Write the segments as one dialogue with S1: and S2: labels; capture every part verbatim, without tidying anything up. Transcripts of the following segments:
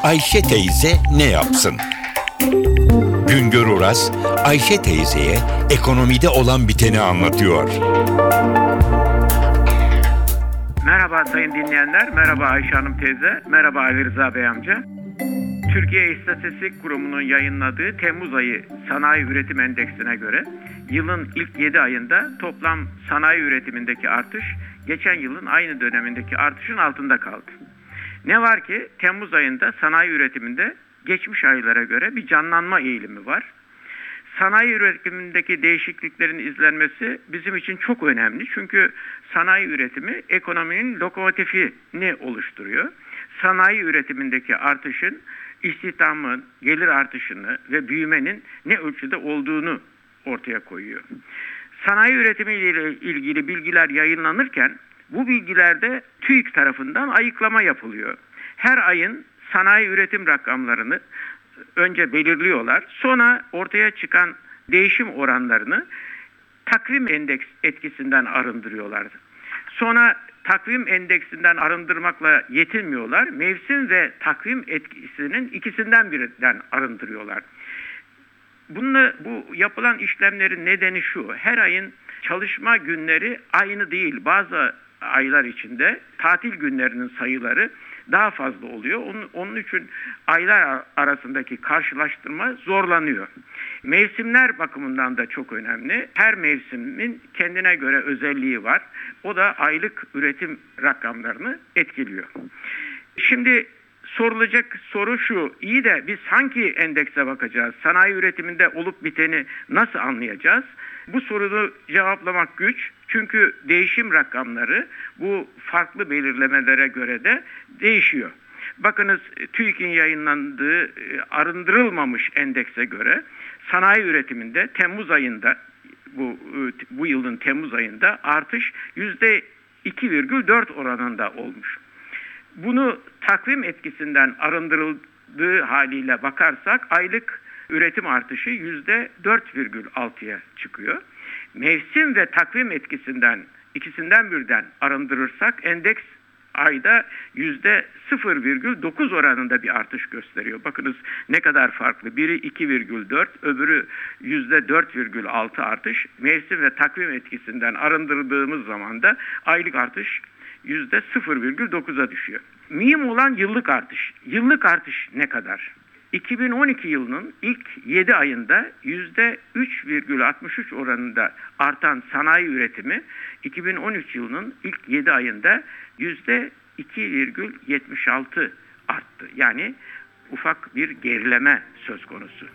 S1: Ayşe teyze ne yapsın? Güngör Oras, Ayşe teyzeye ekonomide olan biteni anlatıyor.
S2: Merhaba sayın dinleyenler, merhaba Ayşe Hanım teyze, merhaba Ali Rıza Bey amca. Türkiye İstatistik Kurumu'nun yayınladığı Temmuz ayı sanayi üretim endeksine göre yılın ilk yedi ayında toplam sanayi üretimindeki artış geçen yılın aynı dönemindeki artışın altında kaldı. Ne var ki Temmuz ayında sanayi üretiminde geçmiş aylara göre bir canlanma eğilimi var. Sanayi üretimindeki değişikliklerin izlenmesi bizim için çok önemli. Çünkü sanayi üretimi ekonominin lokomotifini oluşturuyor. Sanayi üretimindeki artışın istihdamın, gelir artışını ve büyümenin ne ölçüde olduğunu ortaya koyuyor. Sanayi üretimi ile ilgili bilgiler yayınlanırken bu bilgilerde TÜİK tarafından ayıklama yapılıyor. Her ayın sanayi üretim rakamlarını önce belirliyorlar. Sonra ortaya çıkan değişim oranlarını takvim endeks etkisinden arındırıyorlar. Sonra takvim endeksinden arındırmakla yetinmiyorlar. Mevsim ve takvim etkisinin ikisinden birinden arındırıyorlar. Bununla, bu yapılan işlemlerin nedeni şu: her ayın çalışma günleri aynı değil. Bazı aylar içinde tatil günlerinin sayıları daha fazla oluyor. Onun, onun için aylar arasındaki karşılaştırma zorlanıyor. Mevsimler bakımından da çok önemli. Her mevsimin kendine göre özelliği var. O da aylık üretim rakamlarını etkiliyor. Şimdi sorulacak soru şu: İyi de biz hangi endekse bakacağız? Sanayi üretiminde olup biteni nasıl anlayacağız? Bu soruyu cevaplamak güç. Çünkü değişim rakamları bu farklı belirlemelere göre de değişiyor. Bakınız, TÜİK'in yayınlandığı arındırılmamış endekse göre sanayi üretiminde Temmuz ayında, bu bu yılın Temmuz ayında artış yüzde iki virgül dört oranında olmuş. Bunu takvim etkisinden arındırıldığı haliyle bakarsak aylık üretim artışı yüzde dört virgül altıya çıkıyor. Mevsim ve takvim etkisinden, ikisinden birden arındırırsak endeks ayda yüzde sıfır virgül dokuz oranında bir artış gösteriyor. Bakınız ne kadar farklı. Biri iki virgül dört, öbürü yüzde dört virgül altı artış. Mevsim ve takvim etkisinden arındırdığımız zaman da aylık artış yüzde sıfır virgül dokuza düşüyor. Mühim olan yıllık artış. Yıllık artış ne kadar? iki bin on iki yılının ilk yedi ayında yüzde üç virgül altmış üç oranında artan sanayi üretimi iki bin on üç yılının ilk yedi ayında yüzde iki virgül yetmiş altı arttı. Yani ufak bir gerileme söz konusu.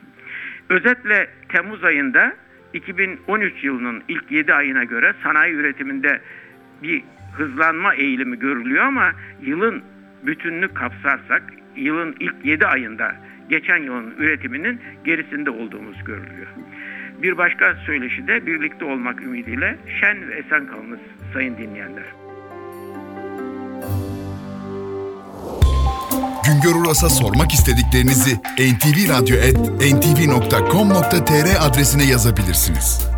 S2: Özetle Temmuz ayında iki bin on üç yılının ilk yedi ayına göre sanayi üretiminde bir hızlanma eğilimi görülüyor ama yılın bütününü kapsarsak yılın ilk yedi ayında geçen yılın üretiminin gerisinde olduğumuz görülüyor. Bir başka söyleşi de birlikte olmak ümidiyle şen ve esen kalınız sayın dinleyenler.
S3: Güngör Oras'a sormak istediklerinizi en ti vi radyo et en ti vi nokta com nokta tr adresine yazabilirsiniz.